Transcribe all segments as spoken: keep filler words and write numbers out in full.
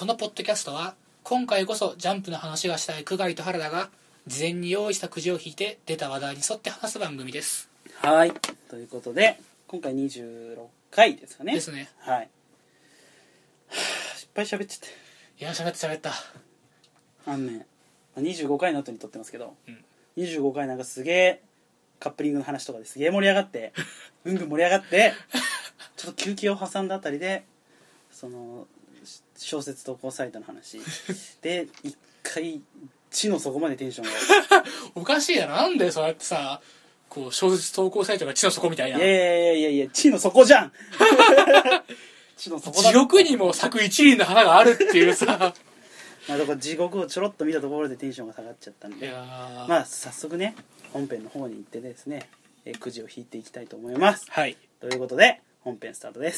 このポッドキャストは今回こそジャンプの話がしたい久我井と原田が事前に用意したくじを引いて出た話題に沿って話す番組です。 はい、ということで今回にじゅうろっかいですかね。 ですね。 はい。はあ、いっぱい喋っちゃった。 いや喋った喋った。 あのね、にじゅうごかいの後に撮ってますけど、 うん、 にじゅうごかいなんかすげえカップリングの話とかですげえ盛り上がってぐんぐん盛り上がってちょっと休憩を挟んだあたりでその小説投稿サイトの話で一回地の底までテンションがおかしいやろ。なんでそうやってさこう小説投稿サイトが地の底みたいな。 いやいやいやいや地の底じゃん地の底だ。 地獄にも咲く一輪の花があるっていうさまあだから地獄をちょろっと見たところでテンションが下がっちゃったんで、 いやまあ早速ね本編の方に行ってですね、えー、くじを引いていきたいと思います。 はい。 ということで本編スタートです。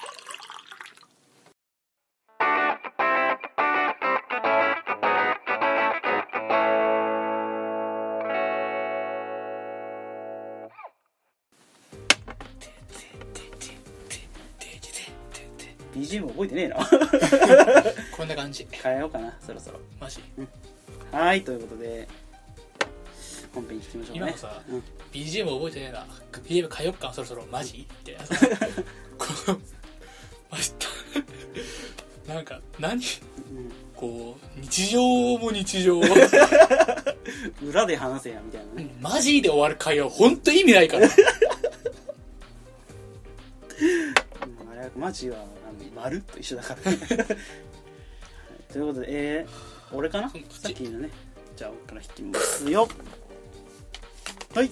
ビージーエム 覚えてねえなこんな感じ。 変えようかなそろそろ。 マジ、 うん、はいということで本編に聞きましょうね。 今もさ、 うん、 ビージーエム 覚えてねえな ビージーエム 変えよっかそろそろマジってこのマジなんか何、うん、こう日常も日常裏で話せやみたいなね。 マジで終わる会話ほんと意味ないからあれマジはまるっと一緒だからねということで、えー、俺かなさっきのね。じゃあ俺から引きますよ。はい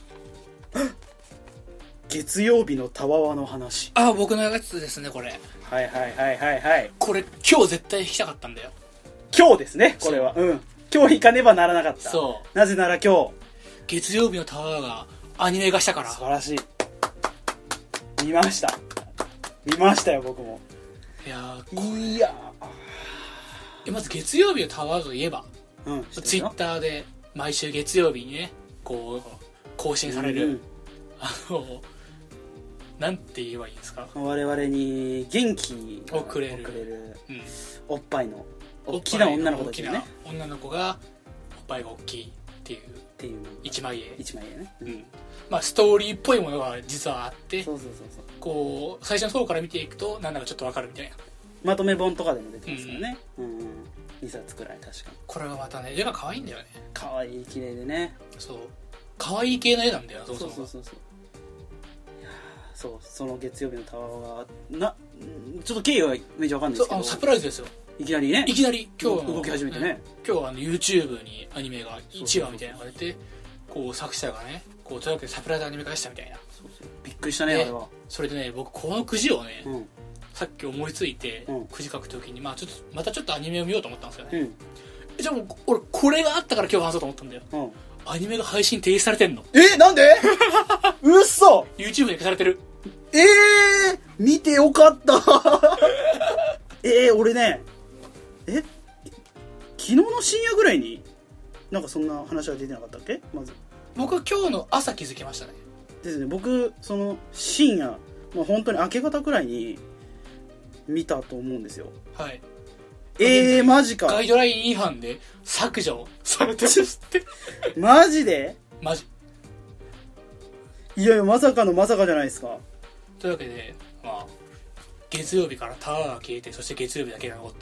月曜日のたわわの話。 あ、僕のやつですねこれ。 はいはいはいはいはい。 これ今日絶対引きたかったんだよ。 今日ですねこれは。うん、今日引かねばならなかった。 そう。 なぜなら今日月曜日のたわわがアニメ化したから。 素晴らしい。見ました見ましたよ僕も。 いやーいやーまず月曜日のたわわといえば、 うん、 ツイッターで毎週月曜日にねこう更新される、うんうん、あのなんて言えばいいんですか、 我々に元気をくれる、 くれる、 うん、 おっぱいの大きな女の子たちね。 女の子がおっぱいが大きいっていうっていう一枚絵一枚絵ね、 うん、まあストーリーっぽいものが実はあって、 そうそうそうそう、 こう最初の方から見ていくとなんだかちょっとわかるみたいな。 まとめ本とかでも出てますからね、うんうん、にさつくらい確かに。 これがまたね絵が可愛いんだよね。 可愛い綺麗でね。 そう可愛い系の絵なんだよ。 そうそうそうそう。いやそう、その月曜日のタワーはなちょっと経緯はめっちゃわかんないですけど、 あのサプライズですよ。いきなりねいきなり今日の動き始めてね、 今日はあの YouTube にアニメがいちわみたいなのが出て、こう作者がねこうというわけでサプライズアニメ化したみたいな。そうそうびっくりしたね、あれは。それでね僕このくじをね、うん、さっき思いついて、うん、くじ書くときにまあちょっとまたちょっとアニメを見ようと思ったんですよね、うん、じゃあもう俺これがあったから今日話そうと思ったんだよ、うん、アニメが配信停止されてんの。 えなんでうっそ YouTube で消されてる。 えー見てよかったえー俺ねえ昨日の深夜ぐらいになんかそんな話は出てなかったっけ。まず僕は今日の朝気づきましたね。 ですね、僕その深夜もう本当に明け方くらいに見たと思うんですよ。 はい。 えーマジか。 ガイドライン違反で削除されてるってマジでマジ。 いやいやまさかのまさかじゃないですか。 というわけでまあ月曜日からタワーが消えて、そして月曜日だけが残った。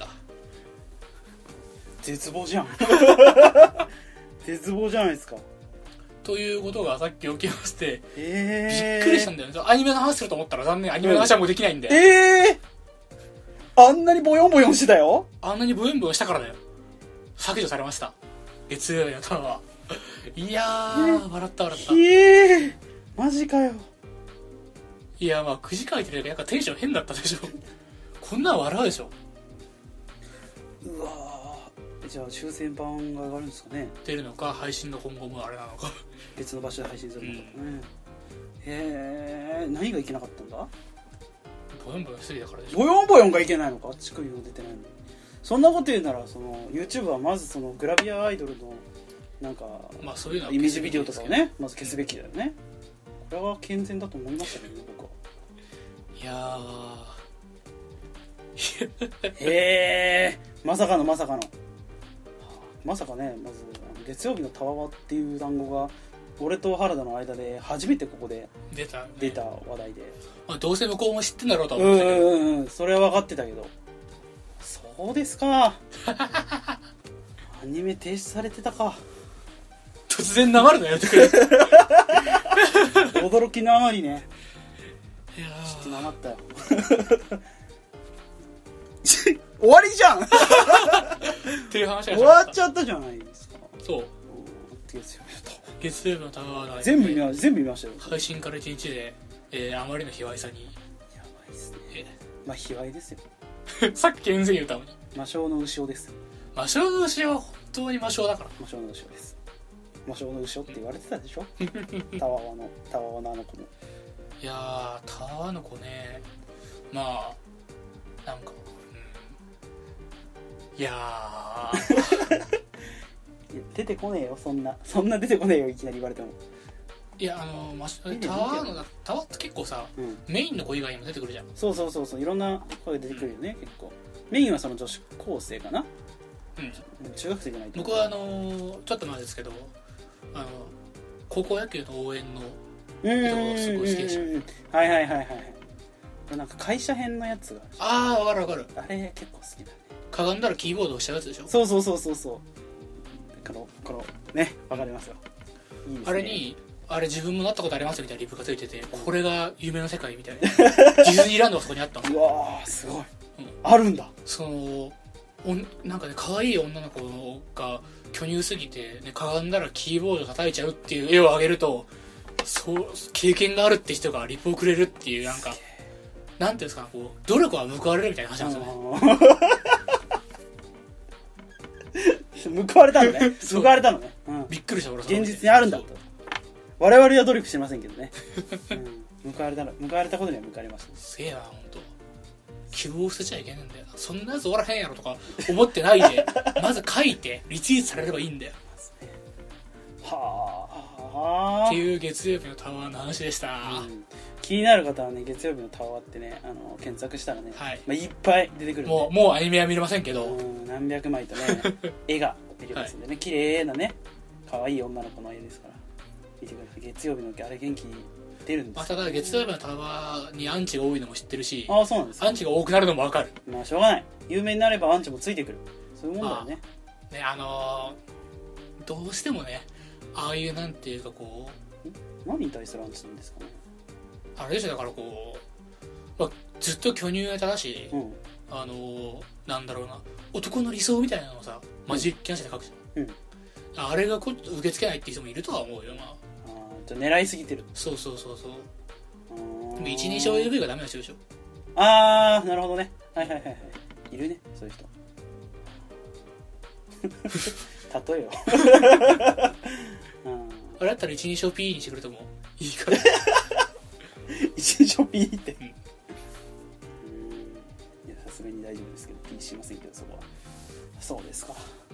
絶望じゃん絶望じゃないですか。 ということがさっき起きまして、 えー、 びっくりしたんだよね。アニメの話すると思ったら残念、アニメの話はもうできないんで、うん、 えー、あんなにボヨンボヨンしてたよ。 あんなにボヨンボヨンしたからだよ。削除されました、月曜日のタワー。いやー、えー、笑った笑った。 えー、マジかよ。 いやまあくじ書いてるけどなんかテンション変だったでしょこんなん笑うでしょ。 うわじゃあ修正版が上がるんですかね。 出るのか配信が今後もあれなのか別の場所で配信するのかね、うん、へえ何がいけなかったんだ。 ボヨンボヨンしすぎだからでしょ。 ボヨンボヨンがいけないのか。乳首も出てないのに。そんなこと言うならその YouTube はまずそのグラビアアイドルのなんか、まあ、そういうのイメージビデオとかをねまず消すべきだよね。これは健全だと思いましたけどね僕は。 いやーへまさかのまさかのまさかね。まず月曜日のたわわっていう単語が俺と原田の間で初めてここで出た、ね、 出た話題で、 まあ、どうせ向こうも知ってんだろうと思ってたけど、 うんうんうん、それは分かってたけど、そうですかアニメ停止されてたか。 突然なまるのやめてくれ驚きのあまりね。 いやちょっとなまったよ終わりじゃんっていう話が終わっちゃったじゃないですか。 そう、 月曜日のタワー、 月曜日のタワーの全部見ま全部見ましたよ。 配信からいちにちで、えー、あまりの卑猥さにやばいっすね、えー、まあ卑猥ですよさっき健全に言ったのに魔性の牛尾です。 魔性の牛尾は本当に魔性だから。 魔性の牛尾です。魔性の牛尾って言われてたでしょタワワのタワワのあの子も。 いやータワーの子ね、まあなんか、うん、いやーいや出てこねえよ、そんなそんな出てこねえよ、いきなり言われても。 いやあのー、タワーのタワーって結構さ、うん、メインの子以外にも出てくるじゃん。 そうそうそうそう、いろんな子が出てくるよね、うん、結構。メインはその女子高生かな、うん、中学生じゃないと。 僕はあのー、ちょっと前ですけど、あの高校野球の応援の人がすごい好きでした。 はいはいはいはい。なんか会社編のやつがああ、わかるわかる。 あれ結構好きだね。 かがんだらキーボードをしたやつでしょ。 そうそうそうそうそう。このこのね、わかりますよ。いいですね。 あれにあれ自分もなったことありますよみたいなリプがついてて、これが夢の世界みたいな。ディズニーランドがそこにあったの。 うわーすごい、うん、あるんだ。 そのおなんかね、可愛い女の子が巨乳すぎて、ね、かがんだらキーボード叩いちゃうっていう絵を上げると、そう経験があるって人がリプをくれるっていう、なんかなんていうんですか、こう努力は報われるみたいな話なんですよね。報われたのね。報われたのね、うん、びっくりした俺。現実にあるんだと。我々は努力してませんけどね、うん、報われた報われたことには報われました。 すげえな、本当。希望捨てちゃいけないんだよ。そんなやつおらへんやろとか思ってないでまず書いてリツイートされればいいんだよ。はあっていう月曜日のタワーの話でした、うん、 気になる方はね、月曜日のタワーってね、あの検索したらね、はい、まあ、いっぱい出てくるんで、 もう、もうアニメは見れませんけど、 うん、何百枚とね絵が見れますんでね、はい、綺麗なね可愛い女の子の絵ですから見てください。月曜日のあれ元気出るんです、 まあ、ただ月曜日のタワーにアンチが多いのも知ってるし、 ああそうなんです、 アンチが多くなるのも分かる。 まあしょうがない、有名になればアンチもついてくる、そういうもんだよね。 まあ、ね、あのー、どうしてもね、ああいうなんていうかこう、何に対するアンチなんですかね。 あれでしょ、だからこう、まあ、ずっと巨乳ネタだし、うん、あのー、なんだろうな、男の理想みたいなのをさマジックキャンセルで書くじゃん、うん、あれがこ受け付けないっていう人もいるとは思うよ。まああ、狙いすぎてる。 そうそうそうそう。でも一人称 エーブイ がダメな人でしょ。 ああ、なるほどね。はいはいはいはい、いるね、そういう人例えよあれだったら一人称 P にしてくれてもいいから一人称 P って、うん、いやさすがに大丈夫ですけど P しませんけど、そこは。そうですか、うん、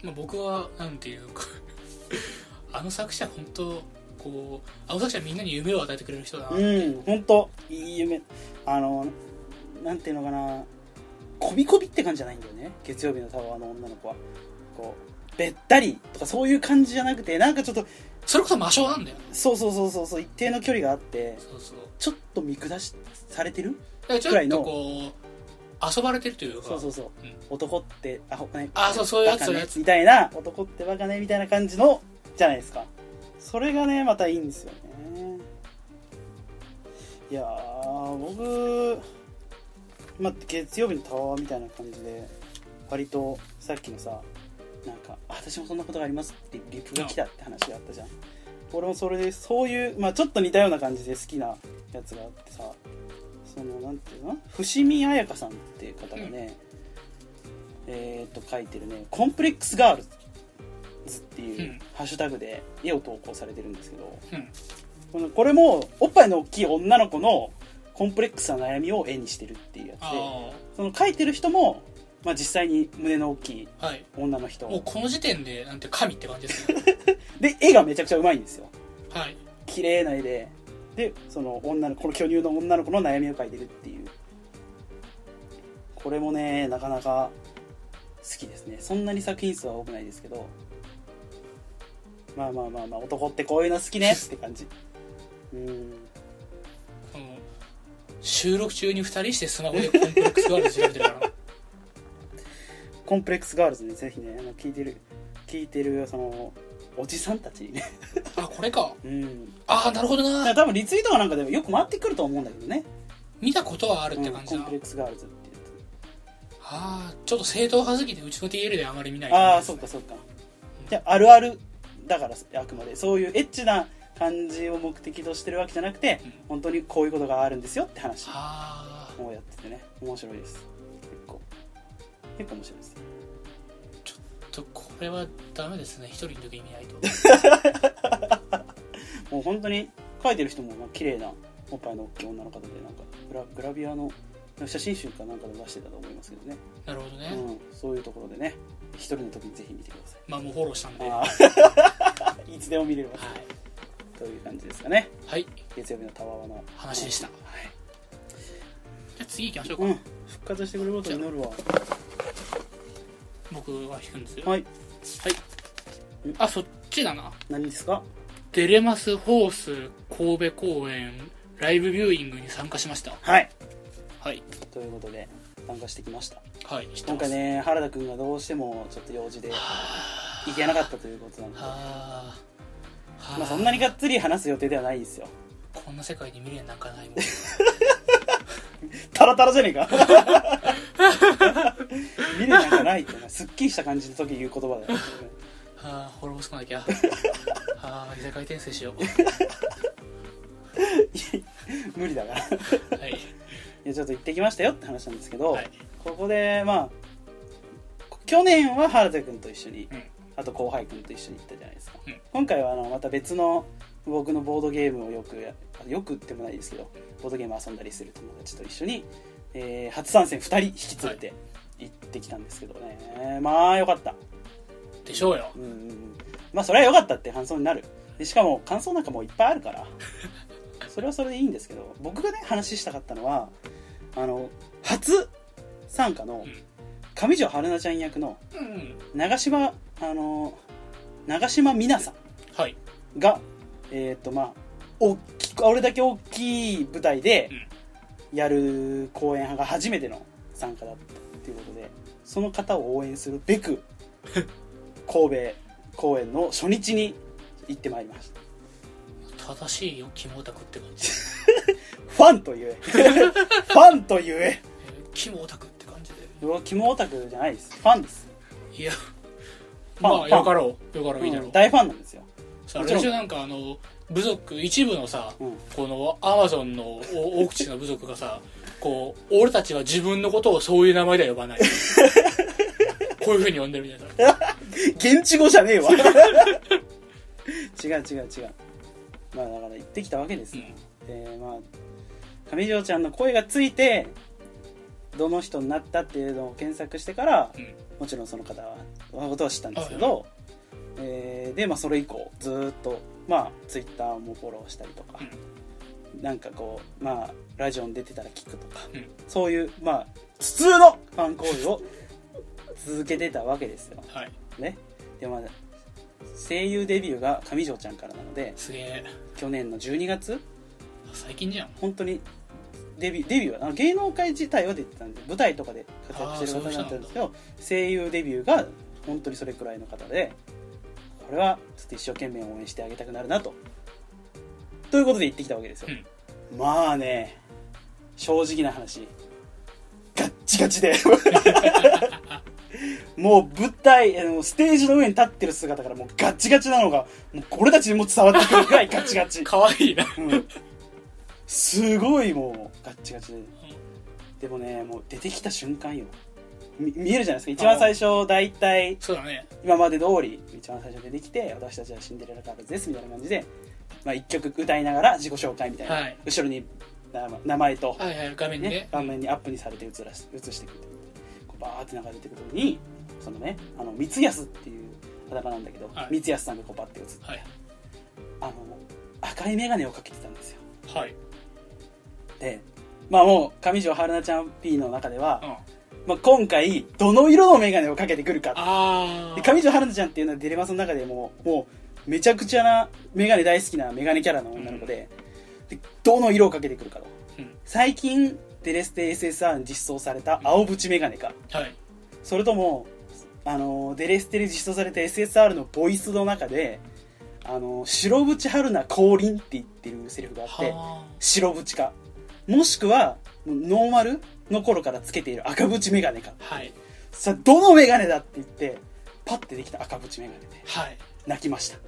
まあ、僕はなんていうかあの作者本当こう、あの作者はみんなに夢を与えてくれる人だな。うん、 本当いい夢。あのなんていうのかな、こびこびって感じじゃないんだよね、月曜日のタワーの女の子は。こうべったりとかそういう感じじゃなくて、なんかちょっとそれこそ魔性なんだよ。 そうそうそうそうそう、一定の距離があって、そうそう、ちょっと見下しされてるくらいの、 ちょっとこう遊ばれてるというか、 そうそうそう、うん、男ってアホね、 あ、そうそういうやつ、そういうやつみたいな、男ってバカねみたいな感じのじゃないですか。それがねまたいいんですよね。いやー、僕、まあ、月曜日のタワーみたいな感じで割とさっきのさ、なんか私もそんなことがありますってリプが来たって話があったじゃん。俺もそれでそういう、まあ、ちょっと似たような感じで好きなやつがあってさ、そのなんていうの、伏見彩香さんっていう方がね、うん、えー、っと書いてるね、コンプレックスガールズっていうハッシュタグで絵を投稿されてるんですけど、うん、これもおっぱいの大きい女の子のコンプレックスな悩みを絵にしてるっていうやつで、その書いてる人も、まあ、実際に胸の大きい女の人、 はい、もうこの時点でなんて神って感じですねで絵がめちゃくちゃうまいんですよ。 はい、 綺麗な絵で、でその女のこの巨乳の女の子の悩みを描いてるっていう、 これもねなかなか好きですね。そんなに作品数は多くないですけど、まあまあまあまあ男ってこういうの好きねって感じ。うん、 その収録中にふたりしてスマホでコンプレックスガールズ調べてるからコンプレックスガールズね、ぜひね、あの聞いてる聞いてるそのおじさんたちにねあ、これか。 うん。 ああ、なるほどな。 多分リツイートかなんかでもよく回ってくると思うんだけどね。 見たことはあるって感じだ、 うん、コンプレックスガールズって言うと。ああ、ちょっと正統派すぎてうちの ティーエル であまり見ない、 ね。ああ、そうかそうか。じゃあ、あるあるだからあくまでそういうエッチな感じを目的としてるわけじゃなくて、うん、本当にこういうことがあるんですよって話をやっててね、面白いです。結構結構面白いです。 ちょっとこれはダメですね、一人の時に見ないともう本当に描いてる人もまあ綺麗なおっぱいの大きい女の方で、なんかグ ラ, グラビアの写真集かなんかで出してたと思いますけどね。 なるほどね、 うん、そういうところでね、一人の時にぜひ見てください。 まあもうフォローしたんでいつでも見れます、はい、という感じですかね。 はい、 月曜日のたわわの話でした。はい、じゃあ次行きましょうか。 うん、復活してくれることに祈るわ。 僕は弾くんですよ。 はいはい。あ、そっちだな。 何ですか？ デレマスホース神戸公演ライブビューイングに参加しました。 はいはい。 ということで参加してきました。 はい。 今回ね、原田くんがどうしてもちょっと用事で行けなかったということなんで、 はあ、まあそんなにがっつり話す予定ではないですよ。 こんな世界に未練なんかないもんタラタラじゃねえか未練なんかないってすっきりした感じの時言う言葉だよ。 はあ、滅ぼさなきゃ。はあ、異世界転生しよう無理だからはい、いやちょっと行ってきましたよって話なんですけど、 はい、 ここでまあ去年は原田くんと一緒に、うん、あと後輩くんと一緒に行ったじゃないですか、うん、今回はあのまた別の僕のボードゲームをよくよくってもないですけどボードゲーム遊んだりする友達と一緒に、えー、初参戦ふたり引き連れて行ってきたんですけどね、はい、まあよかったでしょうよ、 うんうん、まあそれは良かったって感想になる。でしかも感想なんかもういっぱいあるからそれはそれでいいんですけど、僕がね話したかったのはあの初参加の上条春菜ちゃん役の長島あの長島みなさんが、はい、えっとまあ大きく俺だけ大きい舞台でやる公演が初めての参加だったっていうことで、その方を応援するべく神戸公演の初日に行ってまいりました。 正しいよ、キモオタクって感じファンと言えファンと言えキモオタクって感じで。 うわ、キモオタクじゃないです、ファンです。 いや、まあよかろうよかろう、いいだろう、うん、 大ファンなんですよ。 あれでしょ、なんかあの部族一部のさ、うん、このアマゾンの大口の部族がさこう俺たちは自分のことをそういう名前では呼ばないこういう風に呼んでるみたいな現地語じゃねえわ違う違う違う、まあだから行ってきたわけですよ、うん、でまあ上条ちゃんの声がついてどの人になったっていうのを検索してから、うん、もちろんその方はことは知ったんですけど、えー、でまあそれ以降ずっとまあツイッターもフォローしたりとか、うん、なんかこうまあラジオに出てたら聞くとか、うん、そういうまあ普通のファン行為を続けてたわけですよ、 はいね。でまあ声優デビューが上条ちゃんからなので、 すげえ、 去年のじゅうにがつ、 最近じゃん。 本当にデビューデビューは芸能界自体は出てたんで舞台とかで活躍してる方だったんですけど、声優デビューが本当にそれくらいの方で、これはちょっと一生懸命応援してあげたくなるなとということで行ってきたわけですよ、うん、まあね、正直な話ガッチガチでもう舞台ステージの上に立ってる姿からもうガッチガチなのがもう俺たちにも伝わってくるくらいガッチガチかわいいな、 うん、すごいもうガッチガチで、うん、でもねもう出てきた瞬間よ、見えるじゃないですか。一番最初だいたいそうだね、 今まで通り一番最初出てきて、私たちはシンデレラガールズですみたいな感じで、まあ、いっきょく歌いながら自己紹介みたいな、はい、後ろに名前と、 はいはい、画面にね、 画面にアップにされて映らし映してくる、こうバーって流れてくるのに、そのね、あの光安っていう裸なんだけど、はい、光安さんがこうバッて映って、はい、あの赤い眼鏡をかけてたんですよ。 はい。 で、まあもう上条春菜ちゃん P の中では、 まあ、今回どの色のメガネをかけてくるか。 あで上条春菜ちゃんっていうのはデレマスの中でももうめちゃくちゃなメガネ大好きなメガネキャラの女の子で、うん、でどの色をかけてくるかと、うん、最近デレステ エスエスアール に実装された青縁メガネか、 うんはい、 それともあのデレステで実装された エスエスアール のボイスの中であの白縁春菜降臨って言ってるセリフがあって白縁かもしくはノーマルの頃からつけている赤縁メガネか、 はい、 さあどのメガネだって言ってパッてできた赤縁メガネで、 はい、 泣きました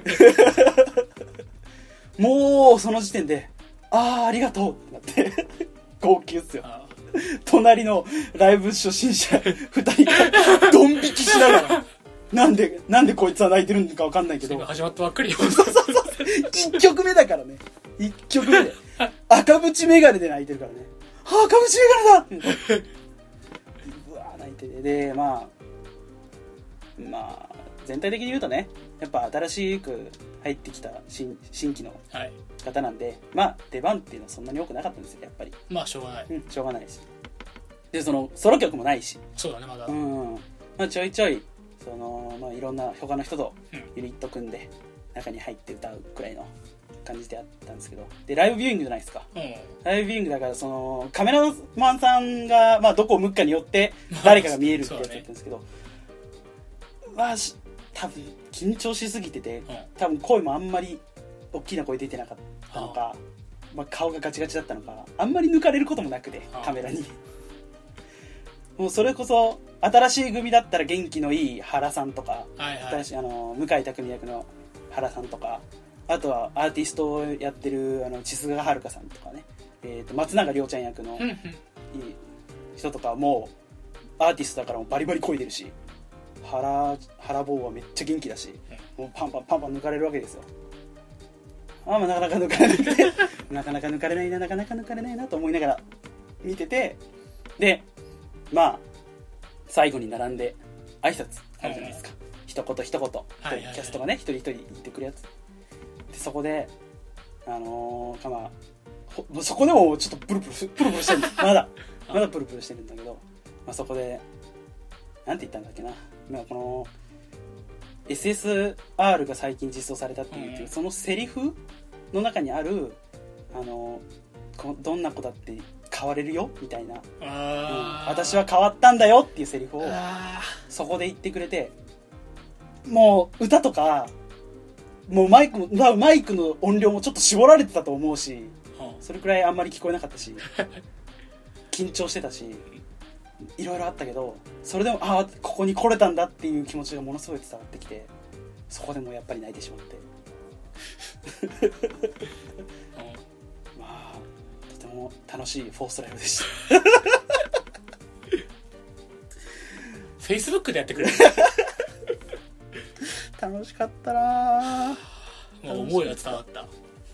もうその時点でああありがとうってなって号泣っすよ。隣のライブ初心者ふたりがドン引きしながらなんでなんでこいつは泣いてるのか分かんないけど始まったばっかりよそうそうそういっきょくめだからねいっきょくめで赤縁メガネで泣いてるからねはあ赤縁メガネだうわ泣いててでまあまあ全体的に言うとねやっぱ新しく入ってきた 新, 新規の方なんで、はい、まあ出番っていうのはそんなに多くなかったんですよやっぱり。 まあしょうがない、 うん、しょうがないしでそのソロ曲もないしそうだねまだ、 うんまあ、ちょいちょいその、まあ、いろんな他の人とユニット組んで中に入って歌うくらいの感じであったんですけどでライブビューイングじゃないですか、うん、ライブビューイングだからそのカメラマンさんが、まあ、どこを向くかによって誰かが見えるってやつだったんですけど、まあ多分緊張しすぎてて多分声もあんまり大きな声出てなかったのか、まあ、顔がガチガチだったのかあんまり抜かれることもなくてカメラにもうそれこそ新しい組だったら元気のいい原さんとか、はいはい、新しいあの向井拓役の原さんとかあとはアーティストをやってるあの千菅はるかさんとかね、えー、と松永涼ちゃん役の人とかもアーティストだからもうバリバリ漕いでるし原原坊はめっちゃ元気だしもうパンパンパンパン抜かれるわけですよ。あまあなかなか抜かれなくてなかなか抜かれないななかなか抜かれないなと思いながら見ててでまあ最後に並んで挨拶あるじゃないですか、うん、一言一言、はいはいはい、キャストがね一人一人言ってくるやつでそこであのー、まあそこでもちょっとプルプルプルプルしてるまだまだプルプルしてるんだけど、まあ、そこでなんて言ったんだっけな、まあ、この エスエスアール が最近実装されたっていう、うん、そのセリフの中にあるあのこどんな子だって変われるよみたいな、あ、うん、私は変わったんだよっていうセリフをそこで言ってくれてもう歌とかもうマイクもマイクの音量もちょっと絞られてたと思うし、うん、それくらいあんまり聞こえなかったし緊張してたしいろいろあったけどそれでもああここに来れたんだっていう気持ちがものすごい伝わってきてそこでもやっぱり泣いてしまってまあとても楽しいフォーストライブでしたフェイスブックでやってくれる楽しかったなもう思いが伝わった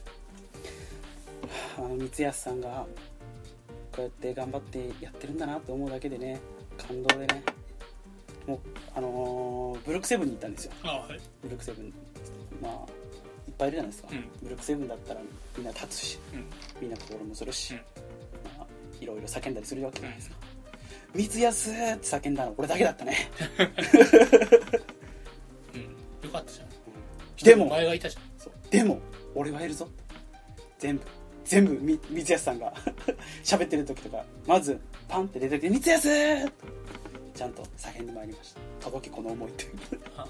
あの三安さんがこうやって頑張ってやってるんだなと思うだけでね感動でねもうあのー、ブルックセブンに行ったんですよ。 あ、はい、 ブルックセブンまあいっぱいいるじゃないですか、うん、ブルックセブンだったらみんな立つし、うん、みんな心もするし、うんまあ、いろいろ叫んだりするわけじゃないですか、うん、三安って叫んだの俺だけだったね、 うん、よかったじゃん、 うん、でもお前がいたじゃんそうでも俺はいるぞ全部全部み三安さんが喋ってる時とかまずパンって出てきて三安ちゃんと叫んでまいりました。届けこの思いという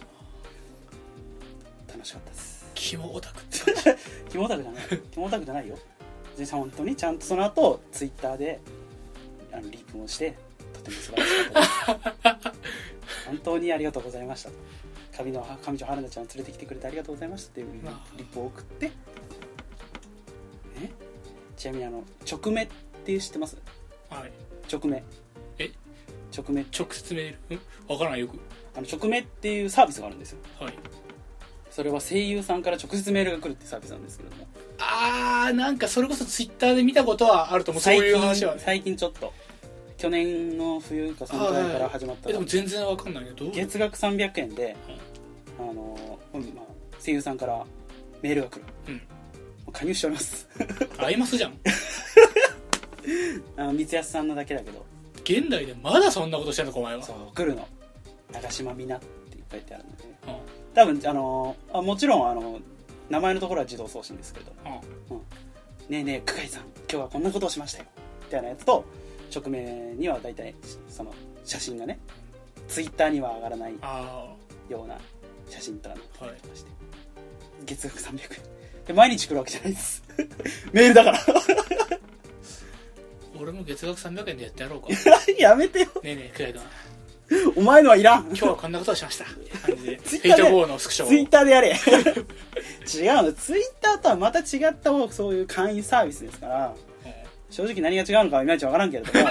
楽しかったです。 キモオタクってキモオタクじゃないキモオタクじゃないよ実際本当にちゃんとその後ツイッターであのリプをしてとても素晴らしかったです本当にありがとうございました上の上条春菜ちゃんを連れてきてくれてありがとうございましたっていうリプを送ってね。ちなみにあの直目っていう知ってます？ はい。 直目。 え？ 直目。 直接メール？ん？わからないよく。 あの直目っていうサービスがあるんですよ。 はい。 それは声優さんから直接メールが来るってサービスなんですけども。 あーなんかそれこそツイッターで見たことはあると思う。そういう話は、ね。 最近ちょっと去年の冬かそのくらいから始まった。 えでも全然わかんないけど。 月額さんびゃくえんで、うん、あの、うんまあ、声優さんからメールが来る。うん。加入しております。 合いますじゃん。 あの三安さんのだけだけど現代でまだそんなことしてんのかお前は。 そう来るの長島みなって書いてあるので、うん、多分あのあもちろんあの名前のところは自動送信ですけど、うんうん、ねえねえ久我井さん今日はこんなことをしましたよみたいなやつと直名には大体その写真がねツイッターには上がらないような写真とか載ってたりとかして、はい、月額さんびゃくえんで毎日来るわけじゃないですメールだから俺も月額さんびゃくえんでやってやろうかやめてよ。 ねえねえくらいだなお前のはいらん。 今日はこんなことをしました感じでフェイトゴーのスクショをツイッターでやれ違うのツイッターとはまた違ったそういう会員サービスですから、うん、正直何が違うのかはいまいちわからんけれども、うん、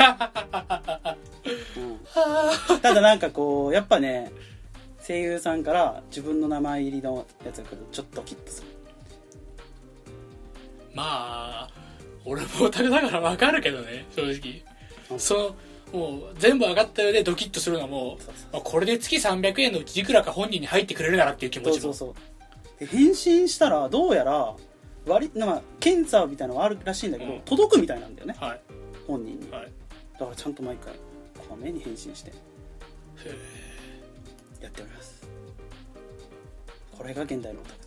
ただなんかこうやっぱね声優さんから自分の名前入りのやつが来るとちょっとドキッとする。 まあ俺もオタクだから分かるけどね正直、うん、そのもう全部上がった上でドキッとするのはもう、そうそうそう、これで月さんびゃくえんのうちいくらか本人に入ってくれるならっていう気持ちも。そうそうそう。 返信したらどうやら割なんか検査みたいなのがあるらしいんだけど、うん、届くみたいなんだよね、はい、本人に、はい、だからちゃんと毎回こまめに返信してやっております。これが現代のオタク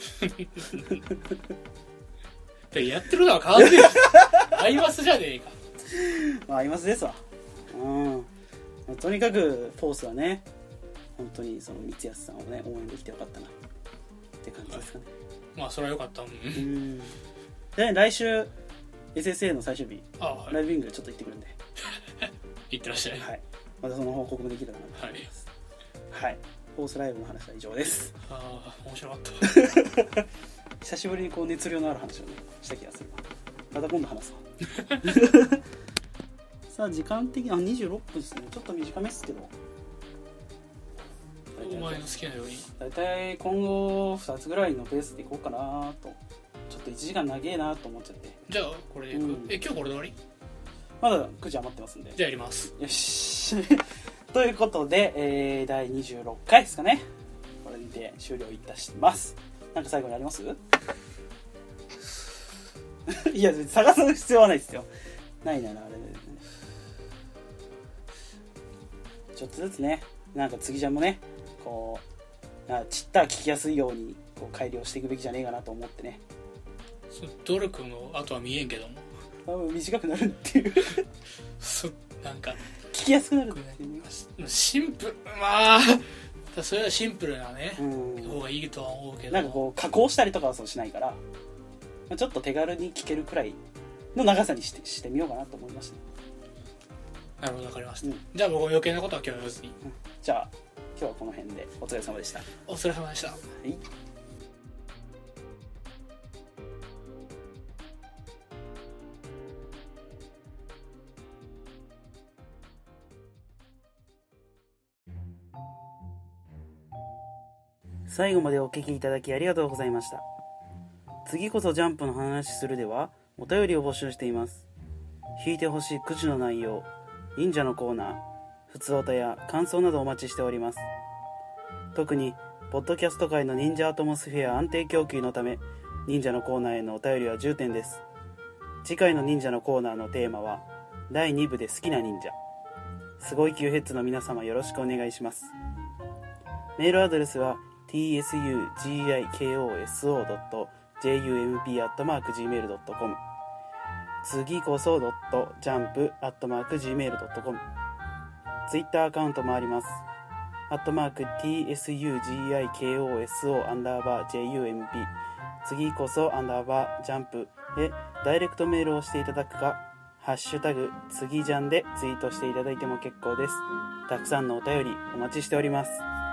ですやってるのは変わってるアイマスじゃねえかまあアイマスですわ。うん、とにかくフォースはね本当にその三安さんをね応援できてよかったなって感じですかね、 はい、まあそれはよかった。うんで来週 エスエスエー の最終日あ、はい、ライブビングちょっと行ってくるんで行ってらっしゃい。 はい、またその報告もできるかなと思います。はい、はい、フォースライブの話は以上です。 ああ面白かった久しぶりにこう熱量のある話をねした気がする。また今度話すわさあ時間的にあにじゅうろっぷんですね。ちょっと短めっすけどお前の好きなようにだいたい今後ふたつぐらいのペースでいこうかなと。ちょっといちじかん長えなと思っちゃって。 じゃあこれでいく、うん、え今日これで終わり？ まだくじ余ってますんで。 じゃあやります。 よしということで、えー、だいにじゅうろっかいですかね。これで終了いたします。なんか最後にありますいや探す必要はないですよ。ないならあれで、ね、ちょっとずつねなんか次じゃもねこうなちったら聞きやすいようにこう改良していくべきじゃねえかなと思ってね。 努力の後は見えんけども多分短くなるっていうそなんか聞きやすくなるっていう、 ね、シンプルまあそれはシンプルなね、うん、方がいいとは思うけどなんかこう加工したりとかはそうしないから、まあ、ちょっと手軽に聞けるくらいの長さにして、してみようかなと思いました。 なるほど分かりました、うん、じゃあ僕も余計なことは今日は言わずに、うん、 じゃあ今日はこの辺でお疲れ様でした。 お疲れ様でした。はい、 最後までお聞きいただきありがとうございました。次こそジャンプの話するではお便りを募集しています。引いてほしいくじの内容、忍者のコーナー、ふつおたや感想などお待ちしております。特にポッドキャスト界の忍者アトモスフェア安定供給のため忍者のコーナーへのお便りは重点です。次回の忍者のコーナーのテーマはだいに部で好きな忍者。すごい Q ヘッズの皆様よろしくお願いします。メールアドレスは ティーエスユージーアイケーオーエスオードットジェイユーエムピーアットマークジーメールドットコム 次こそ .jump アットマークジーメールドットコム ツイッターアカウントもあります。アットマーク ティーエスユージーアイケーオーエスオー アンダーバー ジェイユーエムピー 次こそアンダーバージャンプへダイレクトメールをしていただくかハッシュタグ次ジャンでツイートしていただいても結構です。たくさんのお便りお待ちしております。